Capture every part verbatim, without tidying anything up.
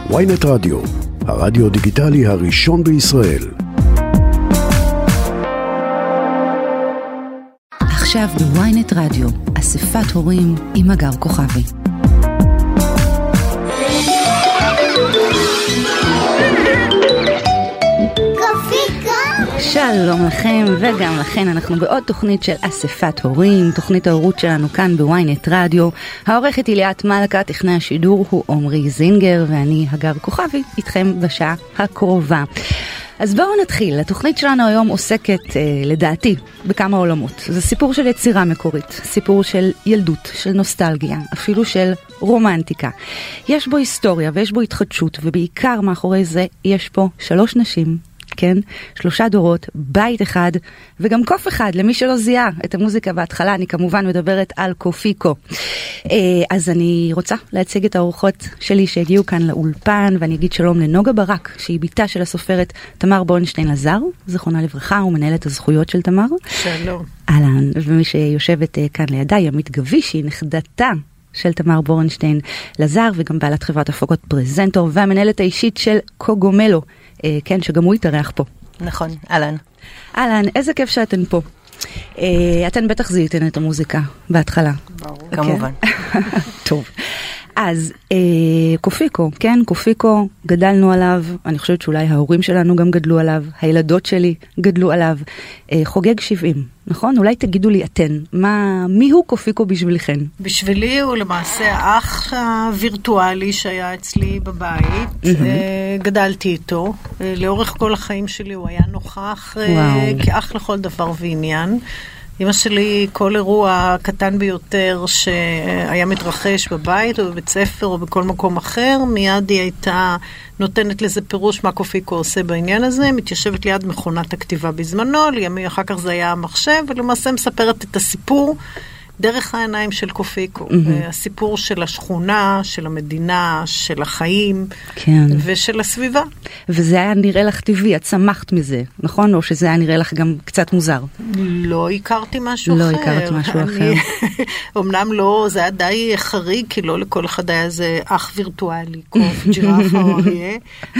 וויינט רדיו, הרדיו דיגיטלי הראשון בישראל. עכשיו בוויינט רדיו, אספת הורים עם הגר כוכבי. שלום לכם וגם לכן, אנחנו בעוד תוכנית של אספת הורים, תוכנית ההורות שלנו כאן בוויינט רדיו. העורכת היא ליאת מלכה, טכנאי השידור הוא עומרי זינגר ואני הגר כוכבי איתכם בשעה הקרובה. אז בואו נתחיל. התוכנית שלנו היום עוסקת, אה, לדעתי, בכמה עולמות. זה סיפור של יצירה מקורית, סיפור של ילדות, של נוסטלגיה, אפילו של רומנטיקה. יש בו היסטוריה ויש בו התחדשות, ובעיקר מאחורי זה יש פה שלוש נשים, כן? שלושה דורות, בית אחד, וגם קוף אחד, למי שלא זיהה את המוזיקה בהתחלה, אני כמובן מדברת על קופיקו. אז אני רוצה להציג את האורחות שלי שהגיעו כאן לאולפן, ואני אגיד שלום לנוגה ברק, שהיא ביתה של הסופרת תמר בורנשטיין לזר, זכרונה לברכה, ומנהלת הזכויות של תמר. שלום. אהלן, ומי שיושבת כאן לידה, ימית גבי, שהיא נכדתה של תמר בורנשטיין לזר, וגם בעלת חברת הפקות פרזנטור, והמנהלת האישית של קוגומלו, כן, שגם הוא יתארח פה. נכון, אהלן. אהלן, איזה כיף שאתן פה. אתן בטח זיהיתן את המוזיקה בהתחלה. ברור. כמובן. טוב. אז קופיקו, כן, קופיקו, גדלנו עליו, אני חושבת שאולי ההורים שלנו גם גדלו עליו, הילדות שלי גדלו עליו, חוגג שבעים, נכון? אולי תגידו לי אתן, מה, מי הוא קופיקו בשבילכן? בשבילי הוא למעשה האח הווירטואלי שהיה אצלי בבית, גדלתי איתו, לאורך כל החיים שלי הוא היה נוכח כאח לכל דבר ועניין. אמא שלי, כל אירוע קטן ביותר שהיה מתרחש בבית או בבית ספר או בכל מקום אחר, מיד היא הייתה נותנת לזה פירוש מה קופיקו עושה בעניין הזה, מתיישבת ליד מכונת הכתיבה בזמנו, לימים אחר כך זה היה המחשב, ולמעשה מספרת את הסיפור דרך העיניים של קופיקו. Mm-hmm. הסיפור של השכונה, של המדינה, של החיים, כן. ושל הסביבה. וזה היה נראה לך טבעי, את שמחת מזה, נכון? או שזה היה נראה לך גם קצת מוזר? לא הכרתי משהו לא אחר. לא הכרת משהו אני, אחר. אמנם לא, זה היה די חריג, כי לא לכל אחד היה איזה אח וירטואלי, קוף, ג'ירפה או אריה,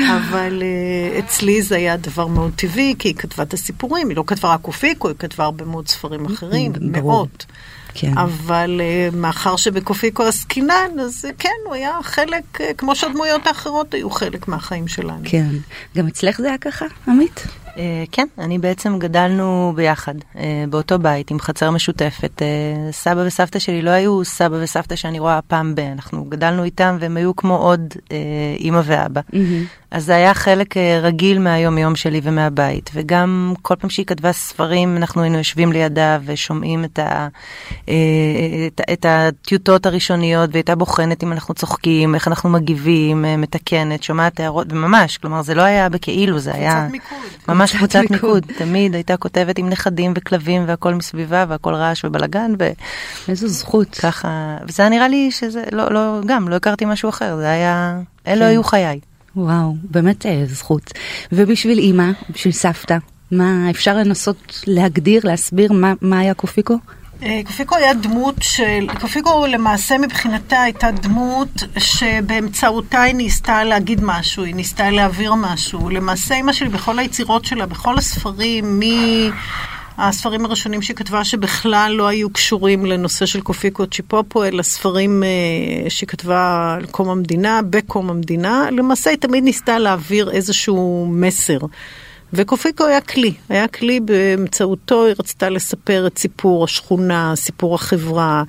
אבל uh, אצלי זה היה דבר מאוד טבעי, כי היא כתבה את הסיפורים, היא לא כתבה רק קופיקו, היא כתבה הרבה מאוד ספרים אחרים, מאות. כן. אבל uh, מאחר שבקופיקו הסקינן, אז כן, הוא היה חלק, uh, כמו שהדמויות האחרות היו חלק מהחיים שלנו. כן. גם אצלך זה היה ככה, עמית? Uh, כן, אני בעצם גדלנו ביחד, uh, באותו בית, עם חצר משותפת. Uh, סבא וסבתא שלי לא היו סבא וסבתא שאני רואה פעם ב. אנחנו גדלנו איתם, והם היו כמו עוד uh, אמא ואבא. Mm-hmm. אז זה היה חלק uh, רגיל מהיום-יום שלי ומהבית. וגם כל פעם שהיא כתבה ספרים, אנחנו היינו יושבים לידה ושומעים את, ה, uh, את, את הטיוטות הראשוניות, והייתה בוחנת אם אנחנו צוחקים, איך אנחנו מגיבים, uh, מתקנת, שומעת הערות, וממש, כלומר, זה לא היה בכאילו, זה היה ממש ממש קבוצת מיקוד. תמיד הייתה כותבת עם נכדים וכלבים והכל מסביבה והכל רעש ובלגן. ו... איזו זכות. ככה, וזה נראה לי שזה, לא, לא, גם, לא הכרתי משהו אחר. זה היה, אלו היו חיי. וואו, באמת זכות. ובשביל אמא, בשביל סבתא, מה אפשר לנסות להגדיר, להסביר מה, מה היה קופיקו? קופיקו היה דמות של, קופיקו למעשה מבחינתה הייתה דמות שבאמצעותה היא ניסתה להגיד משהו, היא ניסתה להעביר משהו. למעשה אמא שלי בכל היצירות שלה, בכל הספרים, מהספרים הראשונים שכתבה שבכלל לא היו קשורים לנושא של קופיקו צ'יפופו, אלא ספרים שכתבה על קום המדינה, בקום המדינה, למעשה היא תמיד ניסתה להעביר איזשהו מסר. וקופיקו היה כלי, היה כלי באמצעותו, היא רצתה לספר את סיפור השכונה, סיפור החברה,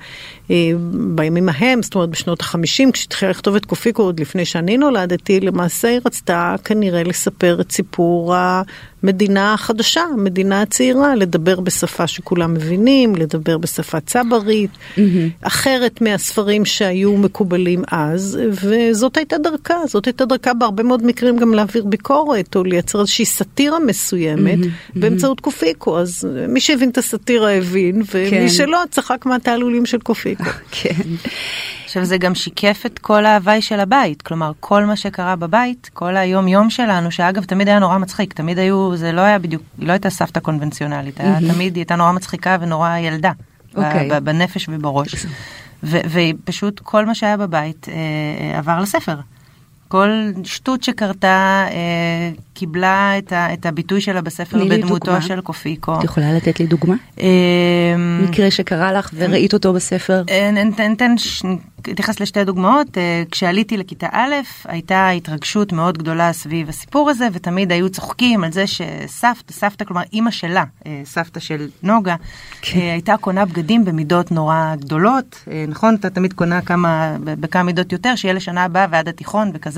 בימים ההם, זאת אומרת בשנות החמישים, כשהתחילה לכתוב את קופיקו עוד לפני שאני נולדתי, למעשה היא רצתה כנראה לספר את סיפור המדינה החדשה, המדינה הצעירה, לדבר בשפה שכולם מבינים, לדבר בשפה צברית, mm-hmm. אחרת מהספרים שהיו מקובלים אז, וזאת הייתה דרכה, זאת הייתה דרכה בהרבה מאוד מקרים גם להעביר ביקורת, או לייצר איזושהי סטירה מסוימת, mm-hmm. באמצעות קופיקו, אז מי שהבין את הסטירה הבין, ומי כן. שלא צחק מהתעלולים של קופיקו. כן. עכשיו זה גם שיקף את כל ההוואי של הבית, כלומר כל מה שקרה בבית, כל היום יום שלנו, שאגב תמיד היה נורא מצחיק, תמיד היו, זה לא היה בדיוק, לא הייתה סבתא קונבנציונלית, היה, תמיד היא הייתה נורא מצחיקה ונורא ילדה, okay. בנפש ובראש, ו- ופשוט כל מה שהיה בבית אה, עבר לספר. כל שטות שקרתה אה, קיבלה את, ה, את הביטוי שלה בספר בדמותו דוגמה. של קופיקו. את יכולה לתת לי דוגמה? אה, מקרה שקרה לך וראית אותו בספר? נתן, תתייחס לשתי דוגמאות. אה, כשעליתי לכיתה א', הייתה התרגשות מאוד גדולה סביב הסיפור הזה, ותמיד היו צוחקים על זה שסבתא, סבתא, כלומר אמא שלה, אה, סבתא של נוגה, כן. אה, הייתה קונה בגדים במידות נורא גדולות. אה, נכון? אתה תמיד קונה כמה, בכמה מידות יותר, שיהיה לשנה הבאה ועד התיכון וכזה.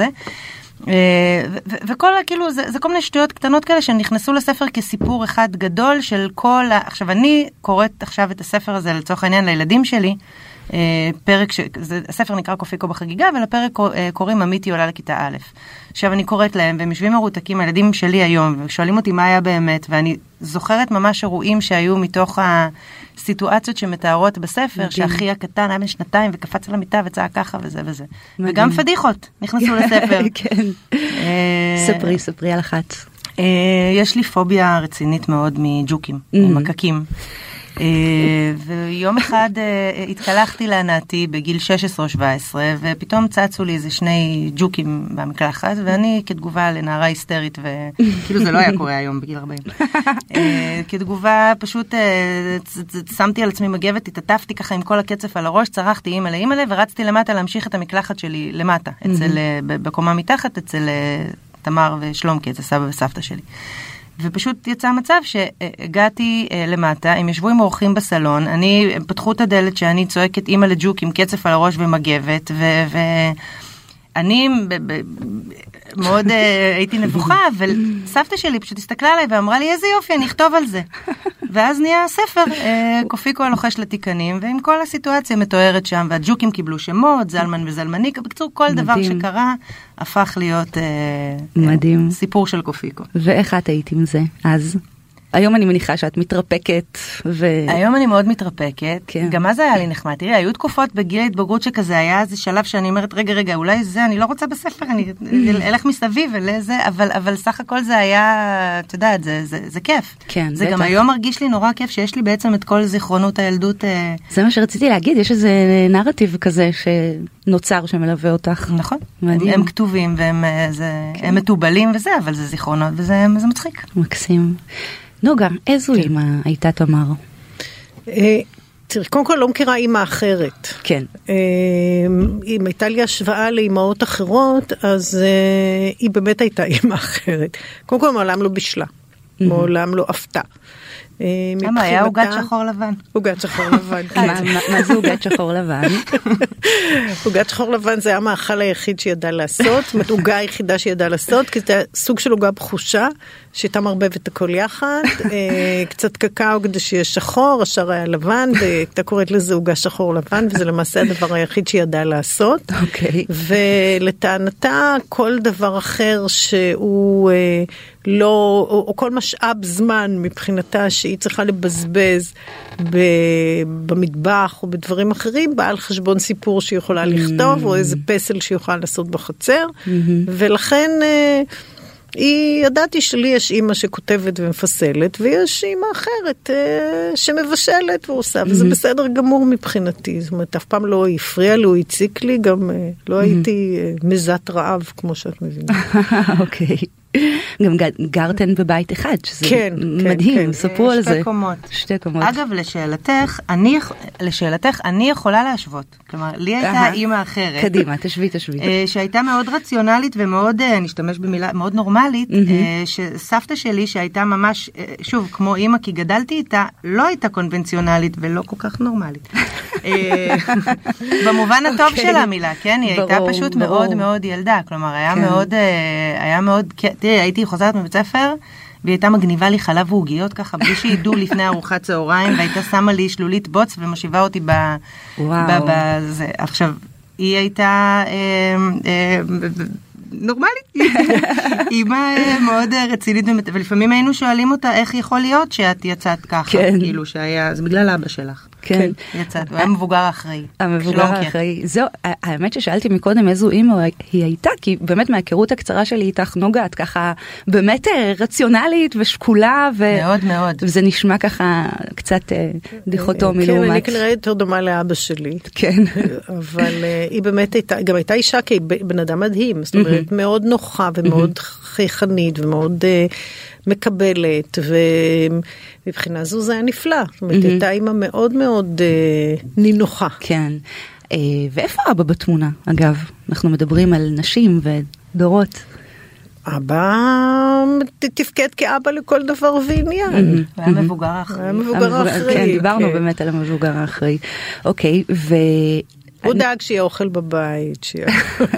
וכל כאילו זה, זה כל מיני שטויות קטנות כאלה שנכנסו לספר כסיפור אחד גדול של כל ה... עכשיו אני קוראת עכשיו את הספר הזה לצורך העניין לילדים שלי, פרק ש... הספר נקרא קופיקו בחגיגה, ולפרק קוראים אמיתי עולה לכיתה א'. עכשיו אני קוראת להם והם יושבים מרותקים, הילדים שלי היום, ושואלים אותי מה היה באמת, ואני זוכרת ממש אירועים שהיו מתוך הסיטואציות שמתארות בספר, שאחי הקטן היה בן שנתיים וקפץ על המיטה וצעק ככה וזה וזה. וגם פדיחות נכנסו לספר. כן. ספרי, ספרי על אחת. יש לי פוביה רצינית מאוד מג'וקים, מקקים. ויום אחד התקלחתי לענתי בגיל שש עשרה או שבע עשרה, ופתאום צצו לי איזה שני ג'וקים במקלחת, ואני כתגובה לנערה היסטרית, וכאילו זה לא היה קורה היום בגיל ארבעים. כתגובה פשוט שמתי על עצמי מגבת, התעטפתי ככה עם כל הקצף על הראש, צרחתי אימא לאימא לה, ורצתי למטה להמשיך את המקלחת שלי למטה, בקומה מתחת, אצל תמר ושלומקי, אצל סבא וסבתא שלי. ופשוט יצא מצב שהגעתי למטה, הם ישבו עם אורחים בסלון, אני, פתחו את הדלת שאני צועקת אימא לג'וק עם קצף על הראש ומגבת, ואני מאוד הייתי נבוכה, וסבתא שלי פשוט הסתכלה עליי ואמרה לי, איזה יופי, אני אכתוב על זה. ואז נהיה הספר, קופיקו הלוחש לתיקנים, ועם כל הסיטואציה מתוארת שם, והג'וקים קיבלו שמות, זלמן וזלמניקה, בקצור כל דבר שקרה, הפך להיות מדהים. סיפור של קופיקו. ואיך את היית עם זה אז? היום אני מניחה שאת מתרפקת. ו... היום אני מאוד מתרפקת. כן. גם אז היה לי נחמד. תראי, היו תקופות בגיל ההתבגרות שכזה, היה איזה שלב שאני אומרת, רגע, רגע, אולי זה, אני לא רוצה בספר, אני אלך מסביב ולזה, אבל, אבל סך הכל זה היה, את יודעת, זה, זה, זה כיף. כן, זה בטח. גם היום מרגיש לי נורא כיף שיש לי בעצם את כל זיכרונות הילדות. זה מה שרציתי להגיד, יש איזה נרטיב כזה שנוצר שמלווה אותך. נכון. מדהים. הם כתובים והם זה, כן. הם מטובלים וזה, אבל זה זיכרונות וזה זה מצחיק. מקסים. נוגה, איזו כן. אימא הייתה תמר? אה, תראי, קודם כל לא מכירה אימא אחרת. כן. אה, אם הייתה לי השוואה לאימהות אחרות, אז אה, היא באמת הייתה אימא אחרת. קודם כל מעולם לא בשלה, mm-hmm. מעולם לא אפתה. למה, היה עוגת שחור לבן? עוגת שחור לבן, כן. מה זה עוגת שחור לבן? עוגת שחור לבן זה המאכל היחיד שידע לעשות, זאת אומרת, עוגה היחידה שידע לעשות, כי זה סוג של עוגה בחושה, שהייתה מערבבת הכל יחד, קצת קקאו כדי שיהיה שחור, השאר היה לבן, והייתה קוראת לזה עוגה שחור לבן, וזה למעשה הדבר היחיד שידע לעשות. אוקיי. ולטענתה, כל דבר אחר שהוא לא, או, או כל משאב זמן מבחינתה שהיא צריכה לבזבז ב, במטבח או בדברים אחרים, בא על חשבון סיפור שהיא יכולה לכתוב, או איזה פסל שהיא יכולה לעשות בחצר, ולכן היא, ידעתי שלי יש אימא שכותבת ומפסלת, ויש אימא אחרת שמבשלת ועושה, וזה בסדר גמור מבחינתי, זאת אומרת, אף פעם לא הפריע לי, הוא הציק לי, גם לא הייתי מזת רעב, כמו שאת מבינה. אוקיי. גם גרתן בבית אחד, שזה כן, מדהים, כן, ספרו על זה. שתי קומות. שתי קומות. אגב, לשאלתך, אני, לשאלתך, אני יכולה להשוות. כלומר, לי הייתה אימא אחרת. קדימה, תשבי, תשבי. שהייתה מאוד רציונלית ומאוד, נשתמש במילה, מאוד נורמלית, שסבתא שלי שהייתה ממש, שוב, כמו אימא, כי גדלתי איתה, לא הייתה קונבנציונלית ולא כל כך נורמלית. במובן הטוב של המילה, כן? היא הייתה פשוט מאוד מאוד ילדה. כלומר, היה מאוד, היה מאוד, תראי, הייתי חוזרת מבית ספר, והיא הייתה מגניבה לי חלב ועוגיות ככה, בלי שידעו לפני ארוחת צהריים, והייתה שמה לי שלולית בוץ ומשיבה אותי בזה. עכשיו, היא הייתה נורמלית, אימא מאוד רצינית, ולפעמים היינו שואלים אותה איך יכול להיות שאת יצאת ככה, כאילו שהיה, זה בגלל אבא שלך. כן. יצאת, הוא היה מבוגר האחראי. המבוגר האחראי. זהו, האמת ששאלתי מקודם איזו אימא היא הייתה, כי באמת מההיכרות הקצרה שלי איתך נוגעת, ככה באמת רציונלית ושקולה. מאוד מאוד. וזה נשמע ככה קצת דיכוטומי לעומת. כן, אני כנראה יותר דומה לאבא שלי. כן. אבל היא באמת הייתה, גם הייתה אישה כבן אדם מדהים, זאת אומרת, מאוד נוחה ומאוד חייכנית ומאוד מקבלת, ומבחינה זו זה היה נפלא. זאת אומרת, הייתה אימא מאוד מאוד נינוחה. כן. ואיפה אבא בתמונה, אגב? אנחנו מדברים על נשים ודורות. אבא תפקד כאבא לכל דבר ועניין. הוא היה מבוגר האחראי. היה מבוגר האחראי. כן, דיברנו באמת על המבוגר האחראי. אוקיי, ו... הוא דאג שיהיה אוכל בבית, שיהיה...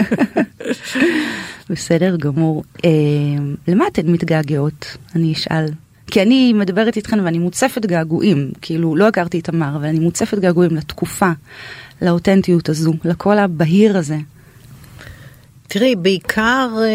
בסדר גמור. למה אתן מתגעגעות? אני אשאל. כי אני מדברת איתכן ואני מוצפת געגועים, כאילו לא הכרתי את תמר, ואני מוצפת געגועים לתקופה, לאותנטיות הזו, לכל הבהיר הזה. תראי, בעיקר אה,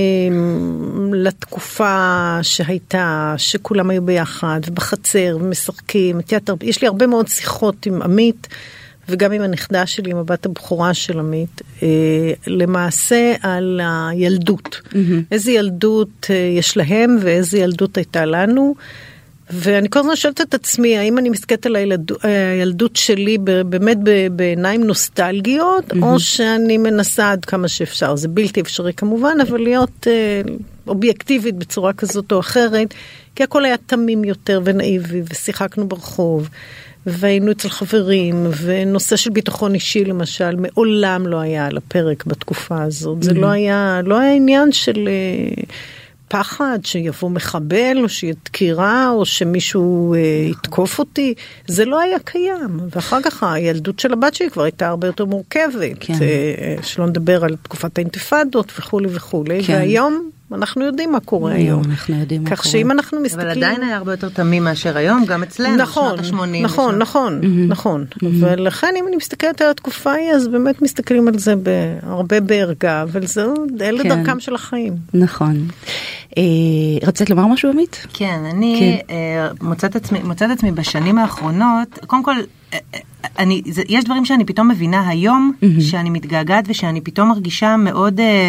לתקופה שהייתה, שכולם היו ביחד, ובחצר, ומשחקים, תיאטר, יש לי הרבה מאוד שיחות עם עמית, וגם עם הנכדה שלי, עם הבת הבכורה של עמית, אה, למעשה על הילדות. Mm-hmm. איזה ילדות אה, יש להם, ואיזה ילדות הייתה לנו, ואני כל הזמן שואלת את עצמי, האם אני מסתכלת על הילדות, הילדות שלי באמת בעיניים נוסטלגיות, mm-hmm. או שאני מנסה עד כמה שאפשר. זה בלתי אפשרי כמובן, אבל להיות אה, אובייקטיבית בצורה כזאת או אחרת, כי הכל היה תמים יותר ונאיבי, ושיחקנו ברחוב, והיינו אצל חברים, ונושא של ביטחון אישי למשל, מעולם לא היה על הפרק בתקופה הזאת. Mm-hmm. זה לא היה, לא היה עניין של... אה, פחד שיבוא מחבל, או שיהיה דקירה, או שמישהו אה, יתקוף אותי, זה לא היה קיים. ואחר כך הילדות של הבת שלי כבר הייתה הרבה יותר מורכבת, כן. אה, שלא נדבר על תקופת האינתיפאדות וכו' וכו'. כן. והיום אנחנו יודעים מה קורה היום. היום אנחנו יודעים מה קורה. כך שאם אנחנו מסתכלים... אבל עדיין היה הרבה יותר תמים מאשר היום, גם אצלנו, נכון, בשנות ה-שמונים. נכון, בשנות... נכון, mm-hmm. נכון. Mm-hmm. ולכן אם אני מסתכלת על התקופה היא, אז באמת מסתכלים על זה הרבה בערגה, אבל זה אלה כן. דרכם של החיים. נכון. אה, רצית לומר משהו, עמית? כן, אני כן. אה, מוצאת עצמי, מוצאת עצמי בשנים האחרונות, קודם כל, אה, אני, זה, יש דברים שאני פתאום מבינה היום, mm-hmm. שאני מתגעגעת ושאני פתאום מרגישה מאוד... אה,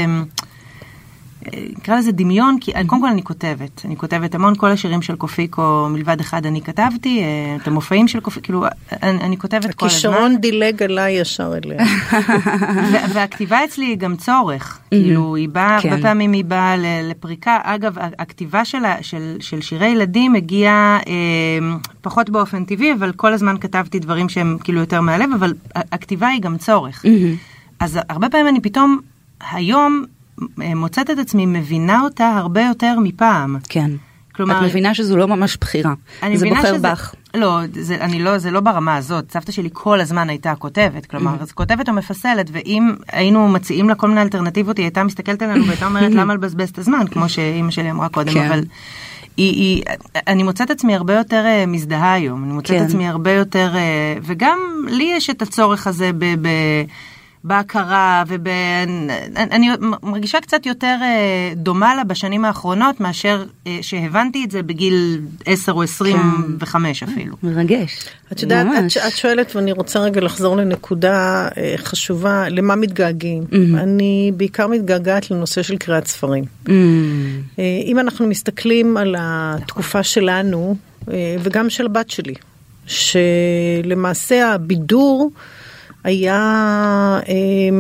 נקרא לזה דמיון, כי קודם כל אני כותבת. אני כותבת המון, כל השירים של קופיקו, מלבד אחד אני כתבתי, את המופעים של קופיקו, כאילו, אני, אני כותבת כל הזמן. הכישרון דילג עליי ישר אליה. והכתיבה אצלי היא גם צורך. כאילו, היא באה, הרבה פעמים היא באה לפריקה. אגב, הכתיבה של שירי ילדים הגיעה פחות באופן טבעי, אבל כל הזמן כתבתי דברים שהם כאילו יותר מהלב, אבל הכתיבה היא גם צורך. אז הרבה פעמים אני פתאום, היום, מוצאת את עצמי, מבינה אותה הרבה יותר מפעם. כן. כלומר, את מבינה שזו לא ממש בחירה. זה בוחר שזה, בך. לא, זה, אני לא, זה לא ברמה הזאת. סבתא שלי כל הזמן הייתה כותבת. כלומר, אז כותבת או מפסלת, ואם היינו מציעים לה כל מיני אלטרנטיבות, היא הייתה מסתכלת עלינו והייתה אומרת למה לבזבז את הזמן, כמו שאמא שלי אמרה קודם, כן. אבל היא, היא, אני מוצאת עצמי הרבה יותר uh, מזדהה היום. אני מוצאת כן. עצמי הרבה יותר, uh, וגם לי יש את הצורך הזה ב... ב בהכרה, ואני מרגישה קצת יותר דומה לה בשנים האחרונות, מאשר שהבנתי את זה בגיל עשר או עשרים וחמש אפילו. מרגש. את יודעת, את שואלת, ואני רוצה רגע לחזור לנקודה חשובה, למה מתגעגעים? אני בעיקר מתגעגעת לנושא של קריאת ספרים. אם אנחנו מסתכלים על התקופה שלנו, וגם של הבת שלי, שלמעשה הבידור, היה אה,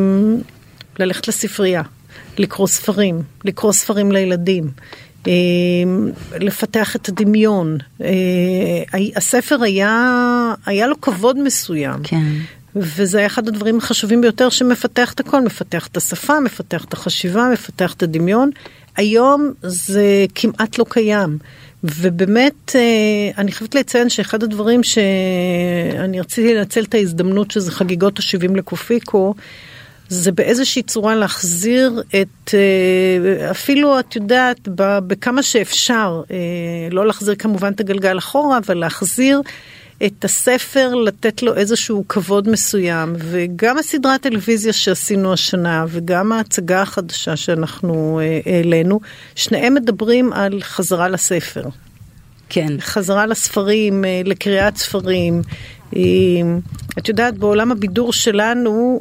ללכת לספרייה, לקרוא ספרים, לקרוא ספרים לילדים, אה, לפתח את הדמיון. אה, הספר היה, היה לו כבוד מסוים. כן. וזה היה אחד הדברים החשובים ביותר שמפתח את הכל, מפתח את השפה, מפתח את החשיבה, מפתח את הדמיון. היום זה כמעט לא קיים. ובאמת, אני חייבת לציין שאחד הדברים שאני רציתי לנצל את ההזדמנות שזה חגיגות ה-שבעים לקופיקו, זה באיזושהי צורה להחזיר את, אפילו את יודעת, בכמה שאפשר, לא להחזיר כמובן את הגלגל אחורה, אבל להחזיר את הספר, לתת לו איזשהו כבוד מסוים, וגם הסדרת טלוויזיה שעשינו השנה, וגם ההצגה החדשה שאנחנו העלינו, שניהם מדברים על חזרה לספר. כן. חזרה לספרים, לקריאת ספרים, את יודעת, בעולם הבידור שלנו,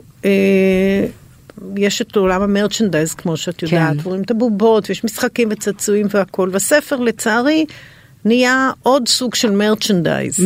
יש את עולם המרצ'נדייז, כמו שאת יודעת, רואים את הבובות, ויש משחקים וצעצועים והכל, והספר, לצערי, נהיה עוד סוג של מרצ'נדייז.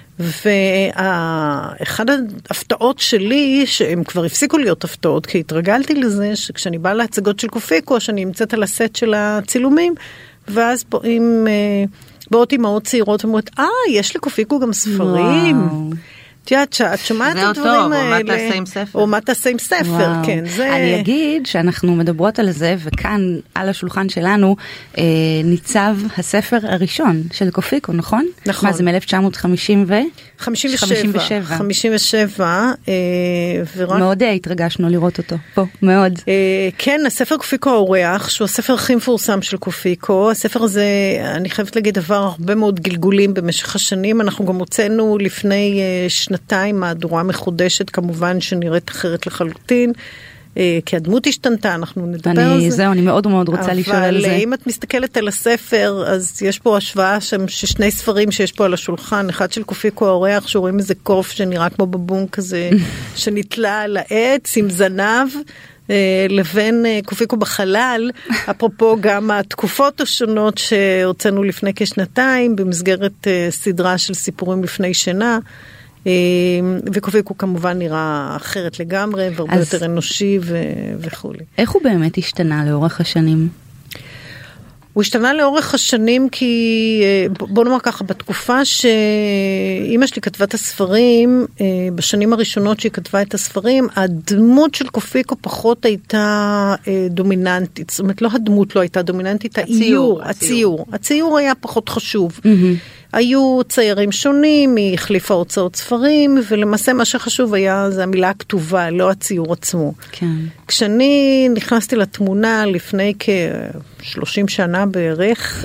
ואחד ההפתעות שלי, שהם כבר הפסיקו להיות הפתעות, כי התרגלתי לזה, שכשאני באה להצגות של קופיקו, שאני נמצאת על הסט של הצילומים, ואז באים, באות אמהות צעירות, ואומרות, אה, יש לקופיקו גם ספרים. וואו. את שומעת את הדברים האלה. או מה תעשה עם ספר. או מה תעשה עם ספר, כן. אני אגיד שאנחנו מדברות על זה, וכאן על השולחן שלנו ניצב הספר הראשון של קופיקו, נכון? נכון. מה זה מ-אלף תשע מאות חמישים ו... חמישים ושבע. חמישים ושבע. מאוד התרגשנו לראות אותו פה, מאוד. כן, הספר קופיקו האורח, שהוא הספר הכי מפורסם של קופיקו. הספר הזה, אני חייבת להגיד, עבר הרבה מאוד גלגולים במשך השנים. אנחנו גם הוצאנו לפני שנתיים מהדורה מחודשת, כמובן שנראית אחרת לחלוטין, כי הדמות השתנתה, אנחנו נדבר על זה. זהו, אני מאוד מאוד רוצה לשאול על זה. אבל אם את מסתכלת על הספר, אז יש פה השוואה שם, ששני ספרים שיש פה על השולחן, אחד של קופיקו האורח, שרואים איזה קוף שנראה כמו בבון כזה, שנתלה על העץ עם זנב, לבין קופיקו בחלל, אפרופו גם התקופות השונות שהוצאנו לפני כשנתיים, במסגרת סדרה של סיפורים לפני שנה, וקופיקו כמובן נראה אחרת לגמרי, והרבה אז יותר אנושי וכו'. איך הוא באמת השתנה לאורך השנים? הוא השתנה לאורך השנים כי, בוא נאמר ככה, בתקופה שאמא שלי כתבה את הספרים, בשנים הראשונות שהיא כתבה את הספרים, הדמות של קופיקו פחות הייתה דומיננטית. זאת אומרת, לא הדמות לא הייתה דומיננטית, האיור, הציור. הציור היה פחות חשוב. היו ציירים שונים, היא החליפה הוצאות ספרים, ולמעשה מה שחשוב היה, זה המילה הכתובה, לא הציור עצמו. כן. כשאני נכנסתי לתמונה לפני כ-שלושים שנה בערך,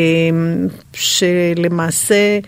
שלמעשה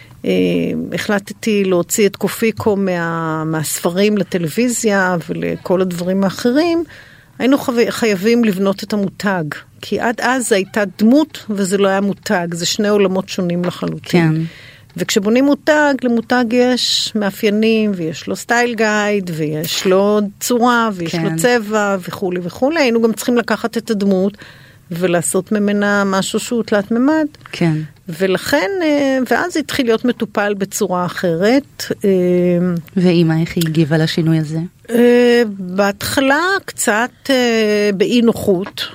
החלטתי להוציא את קופיקו מה, מהספרים לטלוויזיה ולכל הדברים האחרים, היינו חייבים לבנות את המותג. כי עד אז זה הייתה דמות, וזה לא היה מותג. זה שני עולמות שונים לחלוטין. כן. וכשבונים מותג, למותג יש מאפיינים, ויש לו סטייל גייד, ויש לו צורה, ויש כן. לו צבע, וכו' וכו'. היינו גם צריכים לקחת את הדמות, ולעשות ממנה משהו שהוא תלת ממד. כן. ולכן, ואז התחיל להיות מטופל בצורה אחרת. ואמא, איך היא הגיבה לשינוי הזה? בהתחלה קצת באי נוחות,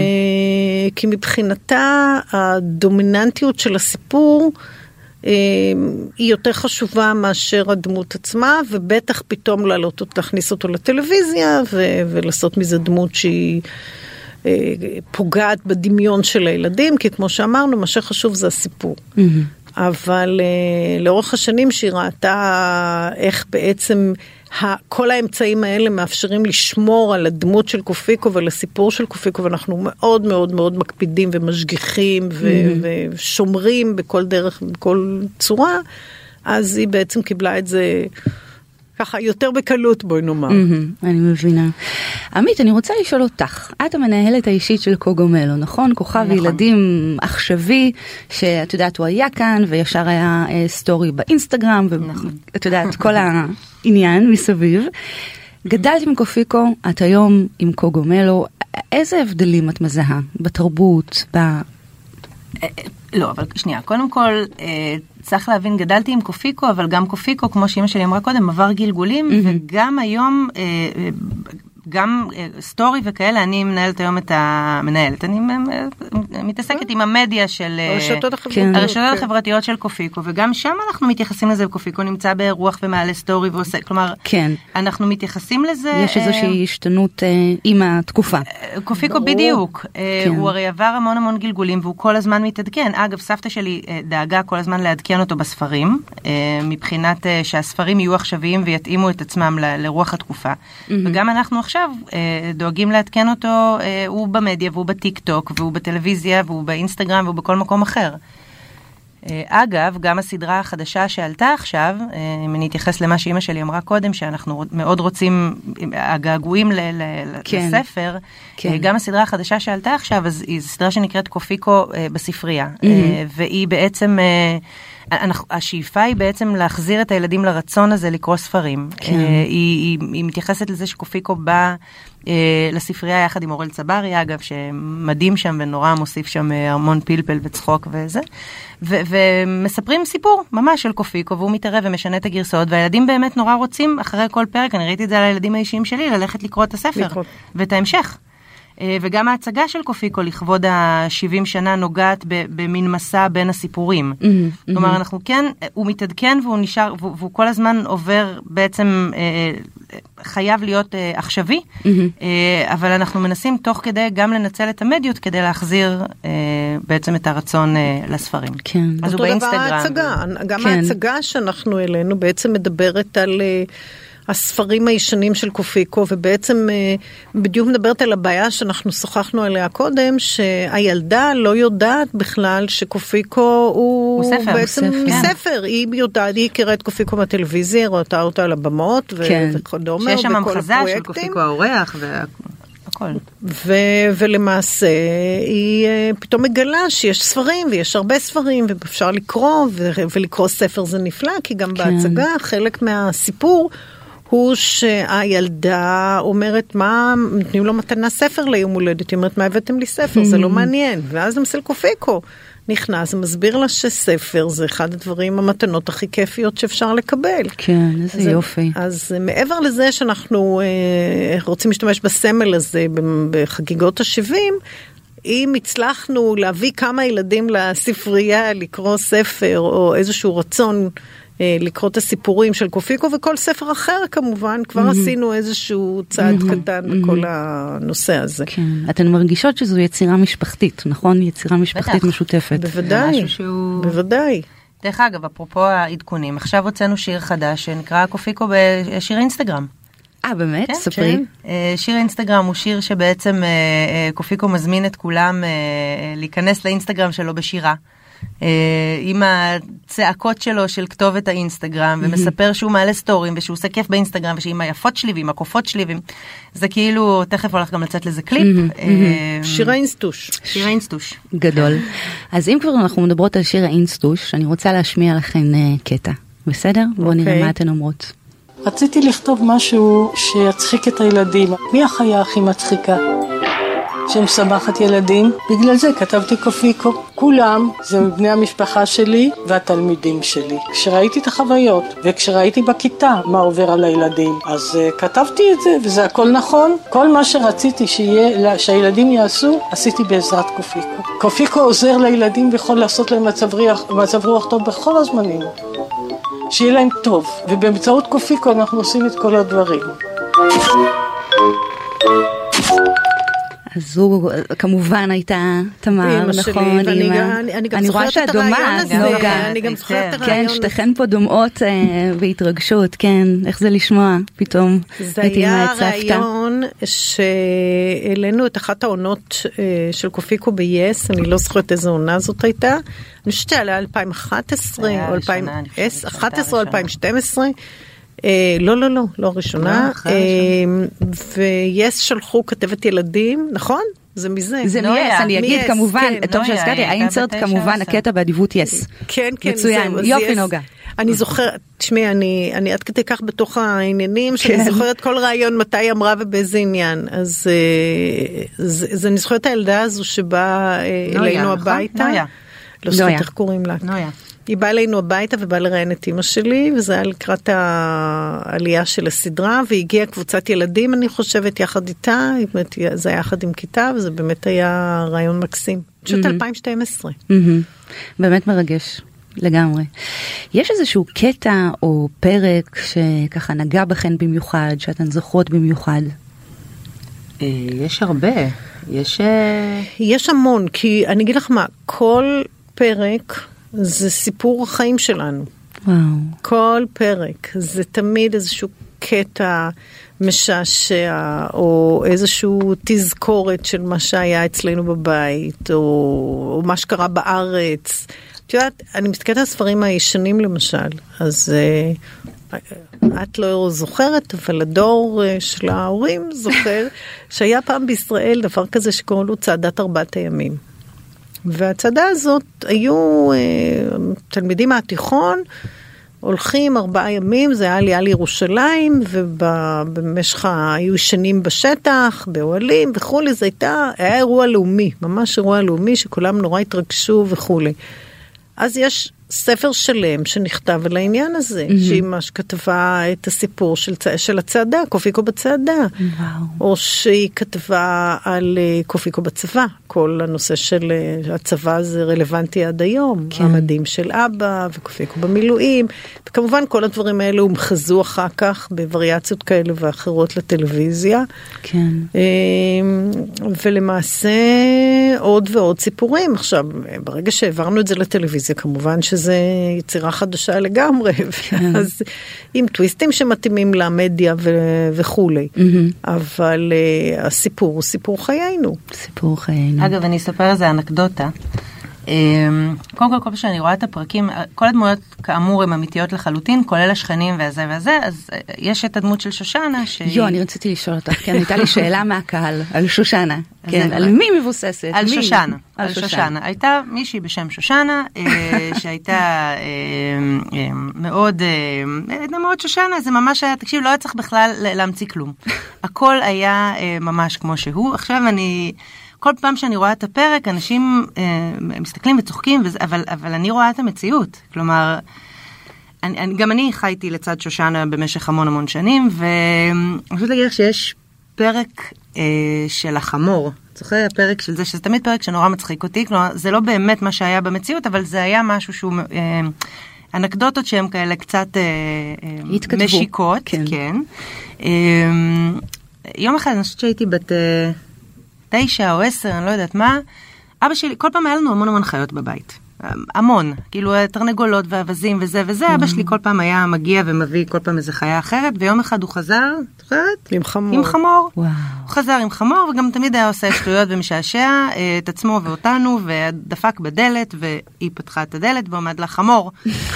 כי מבחינתה הדומיננטיות של הסיפור היא יותר חשובה מאשר הדמות עצמה, ובטח פתאום לעלות, להכניס אותו לטלוויזיה ולעשות מזה דמות שהיא פוגעת בדמיון של הילדים, כי כמו שאמרנו, מה שחשוב זה הסיפור. Mm-hmm. אבל uh, לאורך השנים שהיא ראתה איך בעצם כל האמצעים האלה מאפשרים לשמור על הדמות של קופיקו ולסיפור של קופיקו, ואנחנו מאוד מאוד מאוד מקפידים ומשגיחים ו- mm-hmm. ושומרים בכל דרך, בכל צורה, אז היא בעצם קיבלה את זה ככה יותר בקלות, בואי נאמר. אני מבינה. עמית, אני רוצה לשאול אותך, את המנהלת האישית של קוגומלו, נכון? כוכב ילדים עכשווי, שאת יודעת, הוא היה כאן, וישר היה סטורי באינסטגרם, ואת יודעת, כל העניין מסביב. גדלת עם קופיקו, את היום עם קוגומלו, איזה הבדלים את מזהה? בתרבות, ב... לא, אבל שנייה, קודם כל, צריך להבין, גדלתי עם קופיקו, אבל גם קופיקו, כמו שאמא שלי אמרה קודם, עבר גלגולים, וגם היום, גם סטורי וכאלה, אני מנהלת היום את המנהלת, אני מתעסקת עם המדיה של הרשתות החברתיות של קופיקו, וגם שם אנחנו מתייחסים לזה, קופיקו נמצא ברוח ומעלה סטורי ועושה, כלומר, אנחנו מתייחסים לזה. יש איזושהי השתנות עם התקופה. קופיקו בדיוק, הוא הרי עבר המון המון גלגולים, והוא כל הזמן מתעדכן. אגב, סבתא שלי דאגה כל הזמן לעדכן אותו בספרים, מבחינת שהספרים יהיו עכשוויים ויתאימו את עצמם לרוח התקופה. וגם אנחנו עכשיו דואגים לעדכן אותו, הוא במדיה והוא בטיק טוק והוא בטלוויזיה והוא באינסטגרם והוא בכל מקום אחר. אגב, גם הסדרה החדשה שעלתה עכשיו, אם אני אתייחס למה שאמא שלי אמרה קודם, שאנחנו מאוד רוצים, הגעגועים לספר, גם הסדרה החדשה שעלתה עכשיו, אז היא סדרה שנקראת קופיקו בספרייה, והיא בעצם אנחנו, השאיפה היא בעצם להחזיר את הילדים לרצון הזה לקרוא ספרים. כן. היא, היא, היא מתייחסת לזה שקופיקו בא לספרייה יחד עם אורל צברי, אגב, שמדהים שם ונורא מוסיף שם המון פלפל וצחוק וזה, ו- ומספרים סיפור ממש של קופיקו, והוא מתערב ומשנה את הגרסאות, והילדים באמת נורא רוצים, אחרי כל פרק, אני ראיתי את זה על הילדים האישיים שלי, ללכת לקרוא את הספר, לקרוא. ואת ההמשך. וגם ההצגה של קופיקו לכבוד ה-שבעים שנה נוגעת במין מסע בין הסיפורים. Mm-hmm, כלומר, mm-hmm. אנחנו כן, הוא מתעדכן והוא נשאר, והוא, והוא כל הזמן עובר בעצם, אה, חייב להיות אה, עכשווי, mm-hmm. אה, אבל אנחנו מנסים תוך כדי גם לנצל את המדיות כדי להחזיר אה, בעצם את הרצון אה, לספרים. כן. אז הוא באינסטגרם. ההצגה, ו... גם כן. ההצגה שאנחנו אלינו בעצם מדברת על... הספרים הישנים של קופיקו, ובעצם בדיוק מדברת על הבעיה שאנחנו שוחחנו עליה קודם, שהילדה לא יודעת בכלל שקופיקו הוא, הוא ספר, בעצם הוא ספר, ספר. היא יודעת, היא הכירה את קופיקו מהטלוויזיה, ראתה אותה על הבמות, כן. וכדומה, שיש שם המחזה של קופיקו האורח, והכל. ו- ולמעשה היא פתאום מגלה שיש ספרים, ויש הרבה ספרים, ואפשר לקרוא, ו- ולקרוא ספר זה נפלא, כי גם כן. בהצגה חלק מהסיפור, הוא שהילדה אומרת, מה, נותנים לו מתנה ספר ליום הולדת, היא אומרת, מה הבאתם לי ספר? זה לא מעניין. ואז למסל קופיקו נכנס, מסביר לה שספר זה אחד הדברים, המתנות הכי כיפיות שאפשר לקבל. כן, איזה יופי. אז מעבר לזה שאנחנו אה, רוצים להשתמש בסמל הזה בחגיגות ה-שבעים, אם הצלחנו להביא כמה ילדים לספרייה, לקרוא ספר, או איזשהו רצון לקרוא את הסיפורים של קופיקו, וכל ספר אחר כמובן, כבר עשינו איזשהו צעד קטן בכל הנושא הזה. כן, אתן מרגישות שזו יצירה משפחתית, נכון? יצירה משפחתית משותפת. בוודאי, בוודאי. דרך אגב, אפרופו העדכונים, עכשיו הוצאנו שיר חדש שנקרא קופיקו בשיר אינסטגרם. אה, באמת? ספרי. שיר אינסטגרם הוא שיר שבעצם קופיקו מזמין את כולם להיכנס לאינסטגרם שלו בשירה. עם הצעקות שלו של כתובת האינסטגרם, ומספר שהוא מעלה סטורים, ושהוא עושה כיף באינסטגרם, ושעם היפות שלי ועם הקופות שלי, זה כאילו, תכף הולך גם לצאת לזה קליפ. שיר האינסטוש. שיר האינסטוש. גדול. אז אם כבר אנחנו מדברות על שיר האינסטוש, אני רוצה להשמיע לכם קטע. בסדר? בואו נראה מה אתן אומרות. רציתי לכתוב משהו שיצחיק את הילדים. מי החיה הכי מצחיקה? שמשמחת ילדים, בגלל זה כתבתי קופיקו. כולם זה בני המשפחה שלי והתלמידים שלי. כשראיתי את החוויות וכשראיתי בכיתה מה עובר על הילדים, אז uh, כתבתי את זה, וזה הכל נכון. כל מה שרציתי שיהיה, שהילדים יעשו, עשיתי בעזרת קופיקו. קופיקו עוזר לילדים ויכול לעשות להם מצב רוח, מצב רוח טוב בכל הזמנים. שיהיה להם טוב, ובאמצעות קופיקו אנחנו עושים את כל הדברים. אז זו כמובן הייתה תמר, נכון? אני רואה שאת דומה, נוגה. אני גם זוכרת את הרעיון. כן, שתכן פה דומעות בהתרגשות, כן, איך זה לשמוע פתאום. זה היה רעיון שהעלינו את אחת העונות של קופיקו ב-יס, אני לא זוכרת איזו עונה זאת הייתה, אני חושבת שעלה אלפיים ואחת עשרה או אלפיים ואחת עשרה או אלפיים ושתים עשרה, לא, לא, לא, לא ראשונה. ויס שלחו כתבת ילדים, נכון? זה מזה. זה מייס, אני אגיד כמובן, טוב שהזכרתי, האינסרט כמובן, הקטע באדיבות יס. כן, כן. מצוין, יופי נוגה. אני זוכרת, תשמעי, אני עד כדי כך בתוך העניינים, שאני זוכרת כל רעיון מתי היא אמרה ובאיזה עניין. אז אני זוכרת הילדה הזו שבאה אלינו הביתה. נויה. לא זוכרת איך קוראים לה. נויה. היא באה אלינו הביתה ובאה לראיין את אמא שלי, וזה היה לקראת העלייה של הסדרה, והגיעה קבוצת ילדים, אני חושבת, יחד איתה, זה היה יחד עם כיתה, וזה באמת היה רעיון מקסים. פשוט אלפיים ושתים עשרה. באמת מרגש, לגמרי. יש איזשהו קטע או פרק שככה נגע בכן במיוחד, שאתן זוכרות במיוחד? יש הרבה. יש... יש המון, כי אני אגיד לך מה, כל פרק... זה סיפור החיים שלנו. וואו. כל פרק. זה תמיד איזשהו קטע משעשע, או איזשהו תזכורת של מה שהיה אצלנו בבית, או, או מה שקרה בארץ. את יודעת, אני מסתכלת על הספרים הישנים למשל, אז uh, את לא זוכרת, אבל הדור uh, של ההורים זוכר, שהיה פעם בישראל דבר כזה שקוראים לו צעדת ארבעת הימים. והצעדה הזאת היו תלמידים מהתיכון, הולכים ארבעה ימים, זה היה עלייה לירושלים, ובמשך היו שנים בשטח, באוהלים וכו', זה הייתה, היה אירוע לאומי, ממש אירוע לאומי, שכולם נורא התרגשו וכו'. אז יש ספר שלם שנכתב על העניין הזה, mm-hmm. שהיא ממש כתבה את הסיפור של, של הצעדה, קופיקו בצעדה, wow. או שהיא כתבה על קופיקו בצבא, כל הנושא של הצבא זה רלוונטי עד היום, כן. המדים של אבא וקופיקו במילואים, וכמובן כל הדברים האלה הומחזו אחר כך בווריאציות כאלה ואחרות לטלוויזיה, כן. ולמעשה עוד ועוד סיפורים. עכשיו, ברגע שהעברנו את זה לטלוויזיה, כמובן שזה יצירה חדשה לגמרי, כן. אז עם טוויסטים שמתאימים למדיה ו- וכולי. Mm-hmm. אבל uh, הסיפור הוא סיפור חיינו. סיפור חיינו. אגב, אני אספר איזה אנקדוטה. קודם כל, כל פעם שאני רואה את הפרקים, כל הדמויות כאמור הן אמיתיות לחלוטין, כולל השכנים והזה והזה, אז יש את הדמות של שושנה. יו, אני רציתי לשאול אותך, כן, הייתה לי שאלה מהקהל, על שושנה. כן, על מי מבוססת? על שושנה. על שושנה. הייתה מישהי בשם שושנה, שהייתה מאוד, מאוד שושנה, זה ממש היה, תקשיב, לא היה צריך בכלל להמציא כלום. הכל היה ממש כמו שהוא. עכשיו אני... כל פעם שאני רואה את הפרק, אנשים אה, מסתכלים וצוחקים, וזה, אבל, אבל אני רואה את המציאות. כלומר, אני, אני, גם אני חייתי לצד שושנה במשך המון המון שנים, ואני חושבת להגיד לך שיש פרק אה, של החמור. זוכר הפרק של זה, שזה תמיד פרק שנורא מצחיק אותי, כלומר, זה לא באמת מה שהיה במציאות, אבל זה היה משהו שהוא... אה, אנקדוטות שהן כאלה קצת אה, התכתבו. משיקות. כן. כן. אה, יום אחד, אני חושבת שהייתי בת... אה, תשע או עשר, אני לא יודעת מה, אבא שלי, כל פעם היה לנו המון המון חיות בבית. המון, כאילו תרנגולות ואבזים וזה וזה, אבא שלי כל פעם היה מגיע ומביא כל פעם איזה חיה אחרת, ויום אחד הוא חזר, זוכרת? עם חמור. עם חמור. וואו. הוא חזר עם חמור, וגם תמיד היה עושה שטויות ומשעשע את עצמו ואותנו, ודפק בדלת, והיא פתחה את הדלת, ועומד לה חמור.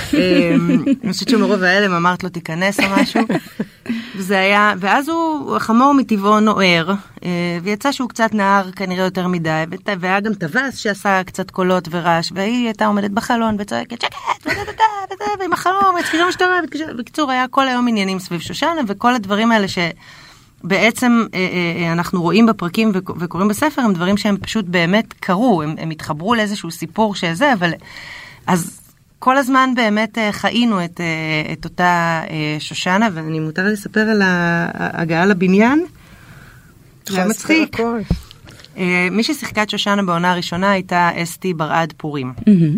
אני חושבת שמרוב האלם אמרת לו תיכנס או משהו. וזה היה, ואז הוא, החמור מטבעו נוער, ויצא שהוא קצת נער כנראה יותר מדי, והיה גם טווס שעשה קצת קולות ורעש, והיא הייתה עומדת בחלון וצועקת שקט, ועם החלום, התחילה משטרה, בקיצור, היה כל היום עניינים סביב שושנה, וכל הדברים האלה שבעצם אנחנו רואים בפרקים וקוראים בספר, הם דברים שהם פשוט באמת קרו, הם התחברו לאיזשהו סיפור שזה, אבל אז כל הזמן באמת חיינו את, את אותה שושנה, ואני מותר לספר על ההגעה לבניין. זה מצחיק. מי ששיחקה את שושנה בעונה הראשונה הייתה אסתי ברד פורים.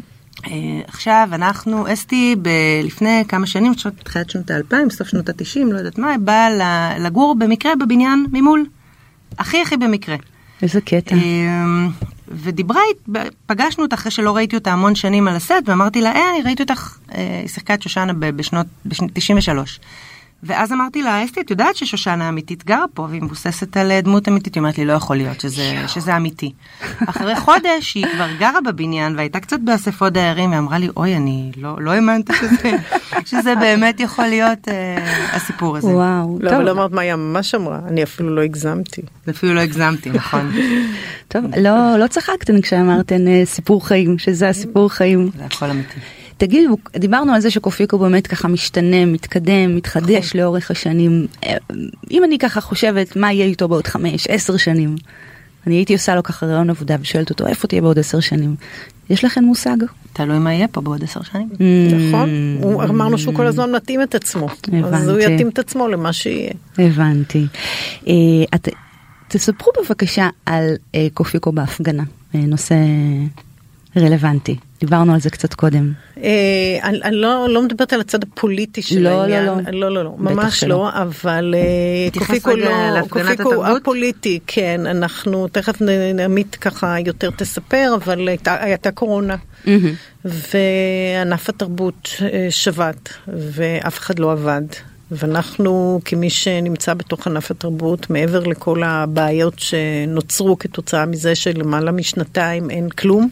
עכשיו אנחנו, אסתי לפני כמה שנים, תחילת שנות ה-אלפיים, סוף שנות ה-תשעים, לא יודעת מה, באה לגור במקרה בבניין ממול. הכי הכי במקרה. איזה קטע. ודיברה, פגשנו אותה אחרי שלא ראיתי אותה המון שנים על הסט, ואמרתי לה, אה, אני ראיתי אותך, היא שיחקה את שושנה בשנות תשעים ושלוש. ואז אמרתי לה, אסתי, את יודעת ששושנה אמיתית גרה פה, והיא מבוססת על דמות אמיתית, היא אומרת לי, לא יכול להיות שזה, שזה אמיתי. אחרי חודש, היא כבר גרה בבניין, והייתה קצת באספות דיירים, ואמרה לי, אוי, אני לא, לא האמנתי שזה, שזה באמת יכול להיות אה, הסיפור הזה. וואו. לא, אבל אמרת מה היא ממש אמרה, אני אפילו לא הגזמתי. אפילו לא הגזמתי, נכון. טוב, לא, לא צחקתן כשאמרתן סיפור חיים, שזה הסיפור חיים. זה הכל אמיתי. תגידו, דיברנו על זה שקופיקו באמת ככה משתנה, מתקדם, מתחדש לאורך השנים. אם אני ככה חושבת מה יהיה איתו בעוד חמש, עשר שנים, אני הייתי עושה לו ככה רעיון עבודה ושואלת אותו, איפה תהיה בעוד עשר שנים? יש לכם מושג? תלוי מה יהיה פה בעוד עשר שנים. נכון. אמרנו שהוא כל הזמן מתאים את עצמו. אז הוא יתאים את עצמו למה שיהיה. הבנתי. תספרו בבקשה על קופיקו בהפגנה, נושא רלוונטי. דיברנו על זה קצת קודם. אני לא מדברת על הצד הפוליטי של העניין. לא, לא, לא, לא. ממש לא, אבל קופיקו הפוליטי, כן, אנחנו תכף נעמית ככה יותר תספר, אבל הייתה קורונה, וענף התרבות שבת, ואף אחד לא עבד. ואנחנו, כמי שנמצא בתוך ענף התרבות, מעבר לכל הבעיות שנוצרו כתוצאה מזה שלמעלה משנתיים אין כלום,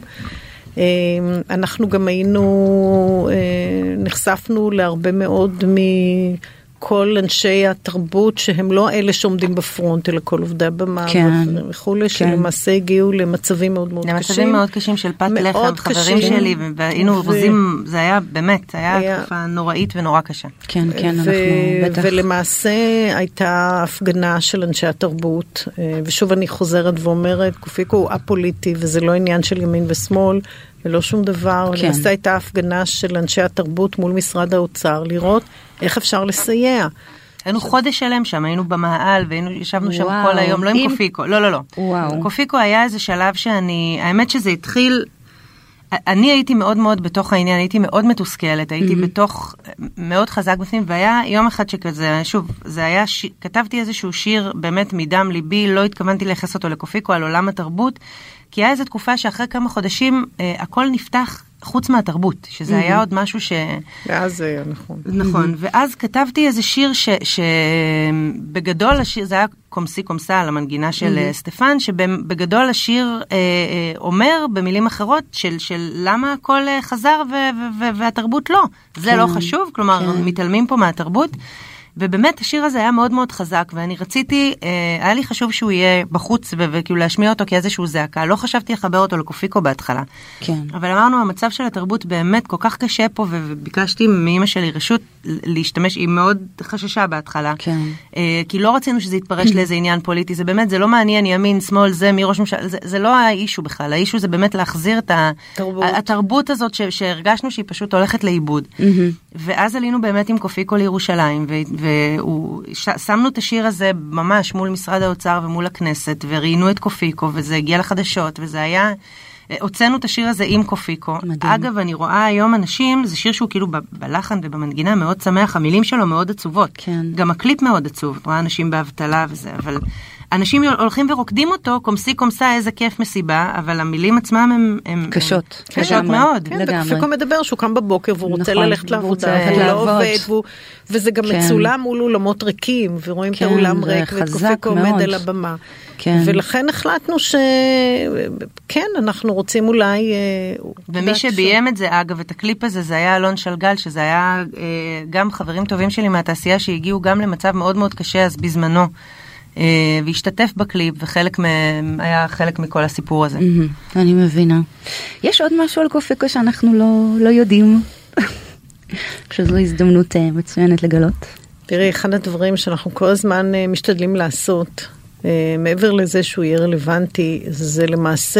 אנחנו גם היינו, נחשפנו להרבה מאוד כל אנשי התרבות שהם לא אלה שעומדים בפרונט, אלא כל עובדי הבמה כן. וכולי, כן. שלמעשה הגיעו למצבים מאוד מאוד למצבים קשים. למצבים מאוד קשים של פת לחם, חברים קשים. שלי, והיינו ו... רוזים, זה היה באמת, זה היה, היה תקופה נוראית ונורא קשה. כן, כן, ו... אנחנו בטח. ולמעשה הייתה הפגנה של אנשי התרבות, ושוב אני חוזרת ואומרת, קופיקו הוא א-פוליטי, וזה לא עניין של ימין ושמאל, ולא שום דבר. כן. למעשה הייתה הפגנה של אנשי התרבות מול משרד האוצר, לראות איך אפשר לסייע. היינו חודש שלם שם, היינו במעל, והיינו, ישבנו שם כל היום, לא עם קופיקו, לא, לא, לא. וואו. קופיקו היה איזה שלב שאני, האמת שזה התחיל, אני הייתי מאוד מאוד בתוך העניין, הייתי מאוד מתוסכלת, הייתי בתוך, מאוד חזק בפנים, והיה יום אחד שכזה, שוב, זה היה, כתבתי איזשהו שיר באמת מדם ליבי, לא התכוונתי לייחס אותו לקופיקו על עולם התרבות, כי היה איזו תקופה שאחרי כמה חודשים, הכל נפתח חוץ מהתרבות, שזה היה עוד משהו ש... ואז זה היה נכון. נכון, ואז כתבתי איזה שיר שבגדול השיר, זה היה קומסי קומסה על המנגינה של סטפן, שבגדול השיר אומר במילים אחרות של למה הכל חזר והתרבות לא. זה לא חשוב, כלומר, מתעלמים פה מהתרבות. ובאמת השיר הזה היה מאוד מאוד חזק, ואני רציתי, אה, היה לי חשוב שהוא יהיה בחוץ, ו- וכאילו להשמיע אותו כאיזשהו זעקה. לא חשבתי לחבר אותו לקופיקו בהתחלה. כן. אבל אמרנו, המצב של התרבות באמת כל כך קשה פה, ו- וביקשתי מאמא שלי רשות להשתמש, היא מאוד חששה בהתחלה. כן. אה, כי לא רצינו שזה יתפרש לאיזה עניין פוליטי, זה באמת, זה לא מעניין, ימין, שמאל, זה, מי ראש ממשלה, זה, זה לא האישו בכלל. האישו זה באמת להחזיר את ה- התרבות הזאת ש- שהרגשנו שהיא פשוט הולכת לאיבוד. ואז עלינו באמת עם קופיקו לירושלים, ו- ושמנו את השיר הזה ממש מול משרד האוצר ומול הכנסת, וראינו את קופיקו, וזה הגיע לחדשות, וזה היה... הוצאנו את השיר הזה עם קופיקו. מדהים. אגב, אני רואה היום אנשים, זה שיר שהוא כאילו ב- בלחן ובמנגינה מאוד שמח, המילים שלו מאוד עצובות. כן. גם הקליפ מאוד עצוב, רואה אנשים באבטלה וזה, אבל... אנשים הולכים ורוקדים אותו, קומסי קומסה, איזה כיף מסיבה, אבל המילים עצמם הם... הם קשות. הם קשות מאוד. כן, וקופיקו מדבר שהוא קם בבוקר, והוא רוצה נכון, ללכת לעבודה, והוא והוא לא עובד, והוא, וזה גם כן. מצולם מול אולמות ריקים, ורואים כן, את האולם ריק, ואת קופיקו עומד על הבמה. כן. ולכן החלטנו ש... כן, אנחנו רוצים אולי... ומי שביים את זה, אגב, את הקליפ הזה, זה היה אלון שלגל, שזה היה גם חברים טובים שלי מהתעשייה, שהגיעו גם למצב מאוד מאוד קשה, אז בזמנו. והשתתף בקליפ, וחלק מהם היה חלק מכל הסיפור הזה. אני מבינה. יש עוד משהו על קופיקו שאנחנו לא, לא יודעים, שזו הזדמנות מצוינת לגלות. תראי, אחד הדברים שאנחנו כל הזמן משתדלים לעשות, מעבר לזה שהוא יהיה רלוונטי, זה למעשה...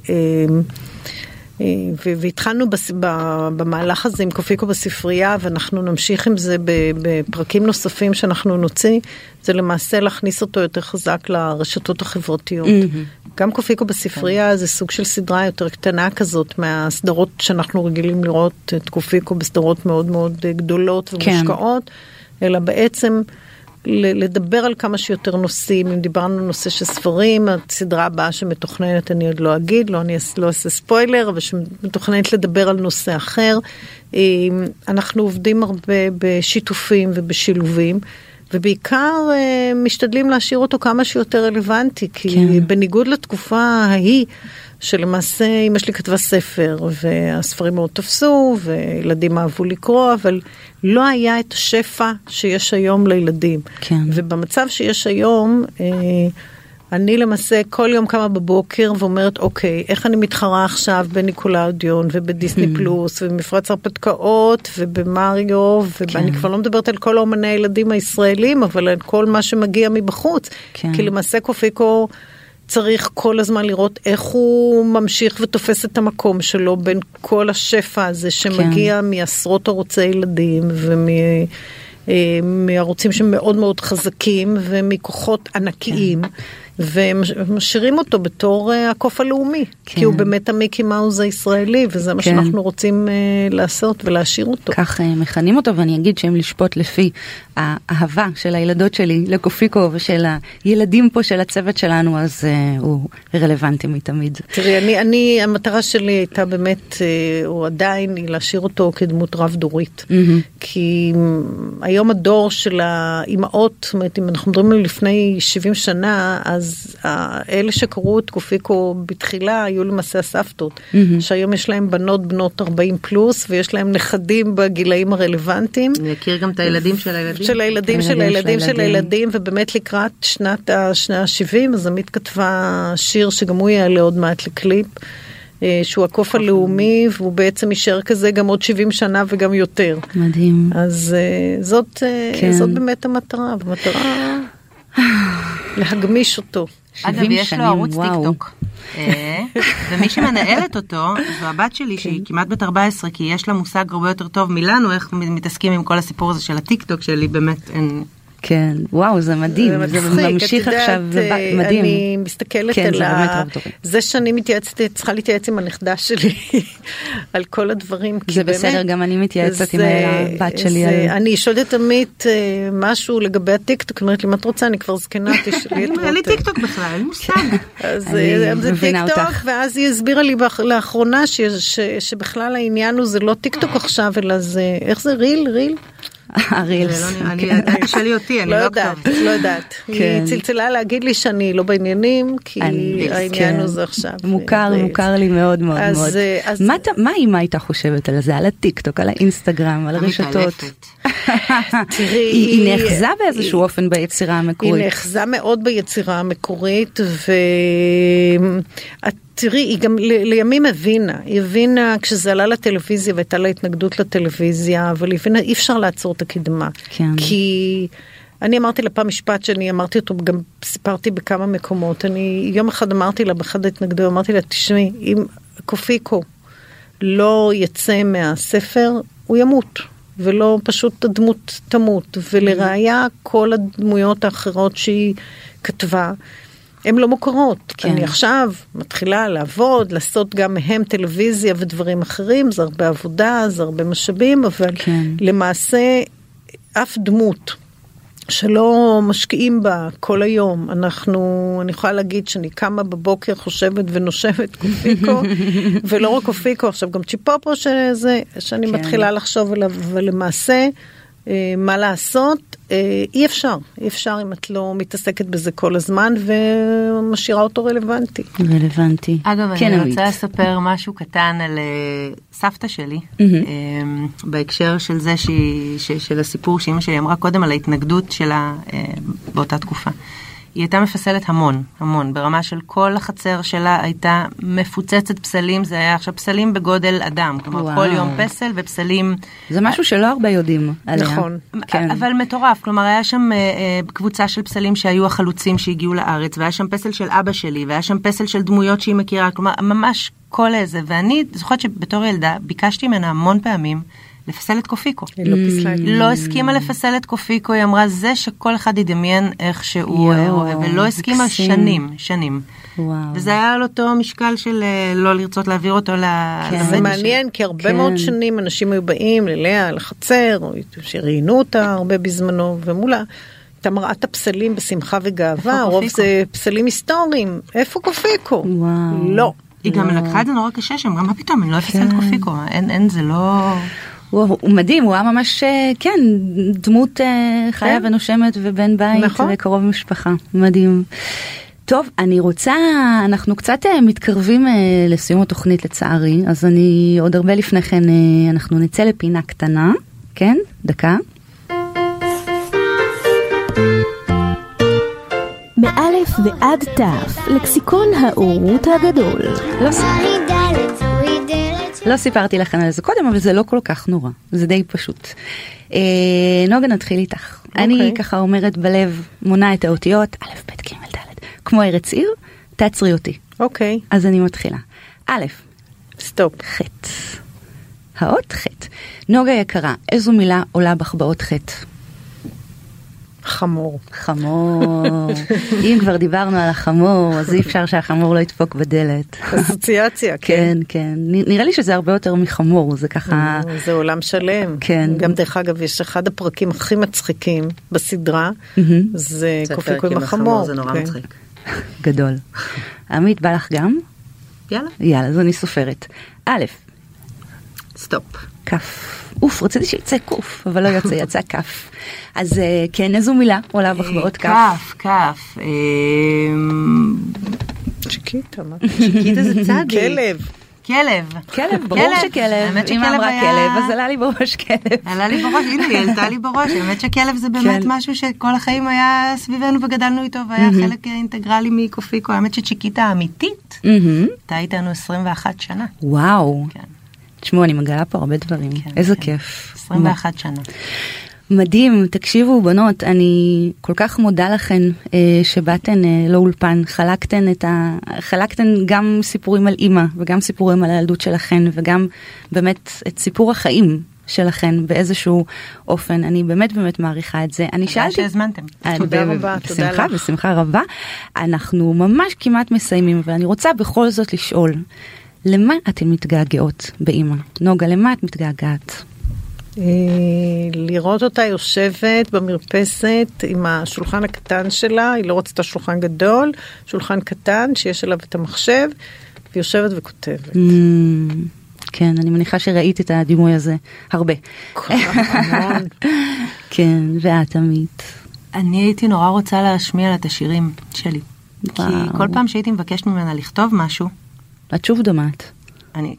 והתחלנו במהלך הזה עם קופיקו בספרייה, ואנחנו נמשיך עם זה בפרקים נוספים שאנחנו נוציא, זה למעשה להכניס אותו יותר חזק לרשתות החברתיות. גם קופיקו בספרייה זה סוג של סדרה יותר קטנה כזאת, מהסדרות שאנחנו רגילים לראות את קופיקו בסדרות מאוד מאוד גדולות ומושקעות, אלא בעצם... לדבר על כמה שיותר נושאים, אם דיברנו נושא של ספרים, הסדרה הבאה שמתוכננת אני עוד לא אגיד, לא, אני לא אעשה ספוילר, אבל שמתוכננת לדבר על נושא אחר. אנחנו עובדים הרבה בשיתופים ובשילובים, ובעיקר משתדלים להשאיר אותו כמה שיותר רלוונטי, כי כן. בניגוד לתקופה ההיא, שלמעשה אמא שלי כתבה ספר, והספרים מאוד תפסו, וילדים אהבו לקרוא, אבל לא היה את השפע שיש היום לילדים. כן. ובמצב שיש היום, אני למעשה כל יום קמה בבוקר ואומרת, אוקיי, איך אני מתחרה עכשיו בניקולאודיון, ובדיסני פלוס, ובמפרץ הרפתקאות, ובמריו, ואני כבר לא מדברת על כל האומני הילדים הישראלים, אבל על כל מה שמגיע מבחוץ. כי למעשה קופיקו... צריך כל הזמן לראות איך הוא ממשיך ותופס את המקום שלו בין כל השפע הזה שמגיע כן. מעשרות ערוצי ילדים ומערוצים שמאוד מאוד חזקים ומכוחות ענקיים כן. ומשאירים אותו בתור הקוף הלאומי, כן. כי הוא באמת המיקי מאוז הישראלי, וזה מה כן. שאנחנו רוצים uh, לעשות ולהשאיר אותו. כך uh, מכנים אותו, ואני אגיד שהם לשפוט לפי האהבה של הילדות שלי לקופיקו ושל הילדים פה של הצוות שלנו, אז uh, הוא רלוונטי מתמיד. תראי, אני, אני, המטרה שלי הייתה באמת, uh, או עדיין, היא להשאיר אותו כדמות רב-דורית. Mm-hmm. כי um, היום הדור של האימהות, זאת אומרת, אם אנחנו מדברים על לפני שבעים שנה, אז אז אלה שקראו את קופיקו בתחילה, היו למעשה הסבתות, שהיום יש להם בנות בנות ארבעים פלוס, ויש להם נכדים בגילאים הרלוונטיים. אני אכיר גם את הילדים של הילדים. של הילדים, של הילדים, של הילדים, ובאמת לקראת שנת ה-שבעים, אז עמית כתבה שיר שגם הוא יעלה עוד מעט לקליפ, שהוא הקוף הלאומי, והוא בעצם יישאר כזה גם עוד שבעים שנה וגם יותר. מדהים. אז זאת, כן. זאת באמת המטרה, המטרה להגמיש אותו. אגב, יש לו ערוץ טיקטוק. ומי שמנהלת אותו, זו הבת שלי, שהיא כמעט בת ארבע עשרה, כי יש לה מושג הרבה יותר טוב מילנו, איך מתעסקים עם כל הסיפור הזה של הטיקטוק, שלי באמת אין... כן, וואו, זה מדהים, זה ממשיך עכשיו, מדהים. אני מסתכלת על ה... זה שאני מתייעצת, צריכה להתייעץ עם הנכדה שלי על כל הדברים. זה בסדר, גם אני מתייעצת עם הבת שלי. אני שואלת עמית משהו לגבי הטיקטוק, אומרת לי, מה את רוצה? אני כבר זקנה, תשאלי את רותם. אין לי טיקטוק בכלל, אין מושג. אז זה טיקטוק, ואז היא הסבירה לי לאחרונה שבכלל העניין הוא, זה לא טיקטוק עכשיו, אלא זה, איך זה ריל? ריל? הרילס. תשאלי אותי, אני לא יודעת, לא יודעת. היא צלצלה להגיד לי שאני לא בעניינים, כי העניין הוא זה עכשיו. מוכר, מוכר לי מאוד מאוד מאוד. מה אמא הייתה חושבת על זה? על הטיקטוק, על האינסטגרם, על הרשתות? היא נאחזה באיזשהו אופן ביצירה המקורית. היא נאחזה מאוד ביצירה המקורית, ואת תראי, היא גם לימים הבינה, היא הבינה כשזה עלה לטלוויזיה והייתה לה התנגדות לטלוויזיה, אבל היא הבינה, אי אפשר לעצור את הקדמה. כן. כי אני אמרתי לה פעם משפט שאני אמרתי אותו, גם סיפרתי בכמה מקומות, אני יום אחד אמרתי לה, באחד ההתנגדות, אמרתי לה, תשמעי, אם קופיקו לא יצא מהספר, הוא ימות, ולא פשוט הדמות תמות, ולראיה כל הדמויות האחרות שהיא כתבה, הן לא מוכרות. כן. אני עכשיו מתחילה לעבוד, לעשות גם מהם טלוויזיה ודברים אחרים, זה הרבה עבודה, זה הרבה משאבים, אבל כן. למעשה אף דמות שלא משקיעים בה כל היום. אנחנו, אני יכולה להגיד שאני קמה בבוקר, חושבת ונושבת קופיקו, ולא רק קופיקו, עכשיו גם צ'יפופו שזה, שאני כן. מתחילה לחשוב עליו, ולמעשה מה לעשות, אי אפשר, אי אפשר אם את לא מתעסקת בזה כל הזמן ומשאירה אותו רלוונטי. רלוונטי. אגב, כן, אני רוצה לספר משהו קטן על סבתא שלי, בהקשר של זה, של הסיפור שאמא שלי אמרה קודם על ההתנגדות שלה באותה תקופה. היא הייתה מפסלת המון, המון, ברמה של כל החצר שלה הייתה מפוצצת פסלים, זה היה עכשיו פסלים בגודל אדם, כלומר וואו. כל יום פסל ופסלים. זה משהו שלא הרבה יודעים עליה. נכון. כן. אבל מטורף, כלומר היה שם אה, קבוצה של פסלים שהיו החלוצים שהגיעו לארץ, והיה שם פסל של אבא שלי, והיה שם פסל של דמויות שהיא מכירה, כלומר ממש כל איזה, ואני זוכרת שבתור ילדה ביקשתי ממנה המון פעמים, לפסל את קופיקו. היא לא פיסלה. לא הסכימה לפסל את קופיקו, היא אמרה, זה שכל אחד ידמיין איך שהוא אוהב, ולא הסכימה שנים, שנים. וזה היה על אותו משקל של לא לרצות להעביר אותו לבן. זה מעניין, כי הרבה מאוד שנים אנשים היו באים ללאה, לחצר, או שראיינו אותה הרבה בזמנו, ומולה, הייתה מראת הפסלים בשמחה וגאווה, רוב זה פסלים היסטוריים. איפה קופיקו? לא. היא גם לקחה את זה נורא קשה, שאמרה, מה פתאום, אני לא אפסל את קופיקו, אין, זה לא... הוא מדהים, הוא היה ממש, כן, דמות חיה ונושמת ובן בית וקרוב משפחה. מדהים. טוב, אני רוצה, אנחנו קצת מתקרבים לסיום התוכנית לצערי, אז אני עוד הרבה לפני כן, אנחנו נצא לפינה קטנה, כן? דקה. מאלף ועד תף, לקסיקון האורות הגדול. לא לא סיפרתי לכם על זה קודם, אבל זה לא כל כך נורא. זה די פשוט. אה, נוגה, נתחיל איתך. Okay. אני ככה אומרת בלב, מונה את האותיות, א', ב', ג', ד', כמו ארץ עיר, תעצרי אותי. אוקיי. Okay. אז אני מתחילה. א', סטופ. ח'. האות ח'. נוגה יקרה, איזו מילה עולה בך באות ח'? חמור. חמור. אם כבר דיברנו על החמור, אז אי אפשר שהחמור לא ידפוק בדלת. אסוציאציה, כן. כן, כן. נראה לי שזה הרבה יותר מחמור, זה ככה... זה עולם שלם. כן. גם דרך אגב, יש אחד הפרקים הכי מצחיקים בסדרה, זה קופיקו עם החמור. זה נורא מצחיק. גדול. עמית, בא לך גם? יאללה. יאללה, אז אני סופרת. א', סטופ. כף. אוף, רציתי שיצא קוף, אבל לא יוצא, יצא כף. אז כן, איזו מילה עולה בך בעוד כף? כף, כף. צ'יקיטה, מה? צ'יקיטה זה צדי. כלב. כלב. כלב, ברור שכלב. אם אמרה כלב, אז עלה לי בראש כלב. עלה לי בראש, הנה, היא עלתה לי בראש. האמת שכלב זה באמת משהו שכל החיים היה סביבנו וגדלנו איתו, והיה חלק אינטגרלי מקופיקו. האמת שצ'יקיטה האמיתית, הייתה איתנו עשרים ואחת שנה. וואו. תשמעו, אני מגלה פה הרבה דברים. איזה כיף. עשרים ואחת שנה. מדהים, תקשיבו בנות, אני כל כך מודה לכן אה, שבאתן אה, לאולפן, חלקתן את ה... חלקתן גם סיפורים על אימא, וגם סיפורים על הילדות שלכן, וגם באמת את סיפור החיים שלכן באיזשהו אופן. אני באמת באמת מעריכה את זה. אני שאלתי... תודה שהזמנתם. תודה רבה, תודה לך. בשמחה, בשמחה רבה. אנחנו ממש כמעט מסיימים, ואני רוצה בכל זאת לשאול, למה אתן מתגעגעות באימא? נוגה, למה את מתגעגעת? לראות אותה יושבת במרפסת עם השולחן הקטן שלה, היא לא רוצה את השולחן גדול, שולחן קטן שיש עליו את המחשב, ויושבת וכותבת. כן, אני מניחה שראית את הדימוי הזה הרבה. המון. כן, ואת עמית. אני הייתי נורא רוצה להשמיע לה את השירים שלי. כי כל פעם שהייתי מבקשת ממנה לכתוב משהו, את שוב דומעת. אני.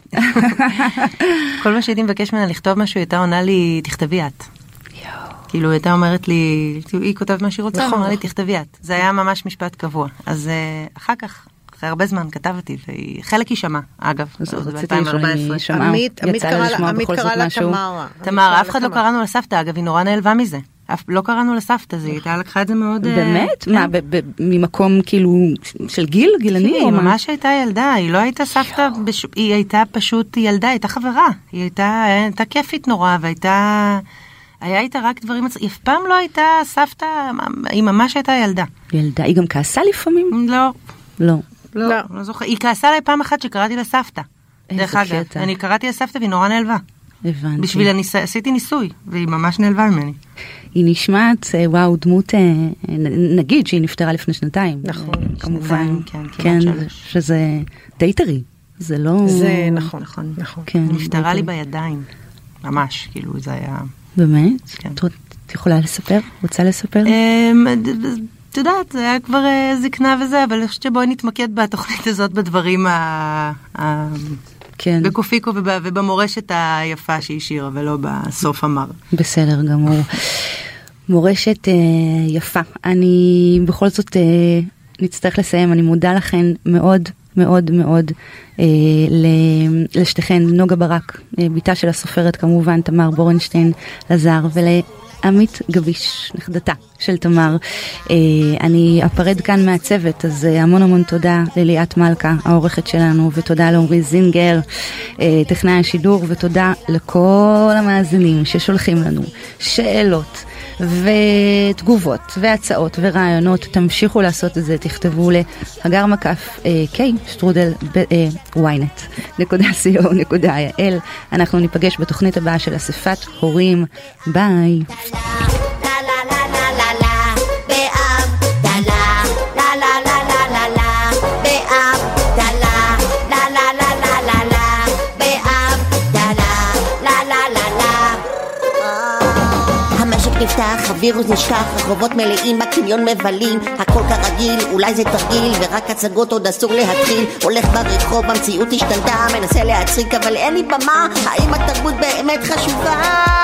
כל מה שהייתי מבקש ממנה לכתוב משהו, הייתה עונה לי, תכתבי את. כאילו, הייתה אומרת לי, היא כותבת מה שהיא רוצה, אמרה לי, תכתבי את. זה היה ממש משפט קבוע. אז אחר כך, אחרי הרבה זמן כתבתי, וחלק היא שמעה, אגב. רציתי לשאול אם היא שמעה, יצא לה לשמוע בכל זאת משהו. תמר, אף אחד לא קראנו לסבתא, אגב, היא נורא נעלבה מזה. לא קראנו לסבתא, זה הייתה לקחה את זה מאוד... באמת? מה, ממקום כאילו של גיל, גילני? היא ממש הייתה ילדה, היא לא הייתה סבתא, היא הייתה פשוט ילדה, היא הייתה חברה, היא הייתה כיפית נורא, והייתה... היה איתה רק דברים... היא אף פעם לא הייתה סבתא, היא ממש הייתה ילדה. ילדה, היא גם כעסה לפעמים? לא. לא. לא, לא זוכר. היא כעסה עליי פעם אחת שקראתי לסבתא. דרך אגב, אני קראתי לסבתא והיא נורא נעלבה. הבנתי. בשביל אני עשיתי ניסוי, והיא ממש נעלבה ממני. היא נשמעת, וואו, דמות, נגיד שהיא נפטרה לפני שנתיים. נכון. כמובן. כן, כן, שזה די טרי. זה לא... זה נכון, נכון. כן. היא נפטרה לי בידיים. ממש, כאילו, זה היה... באמת? את יכולה לספר? רוצה לספר? את יודעת, זה היה כבר זקנה וזה, אבל אני חושבת שבואי נתמקד בתוכנית הזאת בדברים ה... כן. בקופיקו ובמורשת היפה שהיא שירה, ולא בסוף המר. בסדר גמור. מורשת אה, יפה. אני בכל זאת אה, נצטרך לסיים. אני מודה לכן מאוד מאוד מאוד אה, לשתיכן, נוגה ברק, אה, ביתה של הסופרת כמובן, תמר בורנשטיין לזר, ולעמית גביש, נכדתה של תמר. אה, אני אפרד כאן מהצוות, אז אה, המון המון תודה לליאת מלכה, העורכת שלנו, ותודה לעומרי זינגר, אה, טכנאי השידור, ותודה לכל המאזינים ששולחים לנו שאלות ותגובות והצעות ורעיונות. תמשיכו לעשות את זה, תכתבו להגר מקף קיי שטרודל וויינט נקודה סי או נקודה איי אל. אנחנו ניפגש בתוכנית הבאה של אספת הורים. ביי. נפתח, הווירוס נשכח, הרחובות מלאים, בקניון מבלים, הכל כרגיל, אולי זה תרגיל, ורק הצגות עוד אסור להתחיל, הולך ברחוב, המציאות השתנתה, מנסה להצחיק, אבל אין לי במה, האם התרבות באמת חשובה?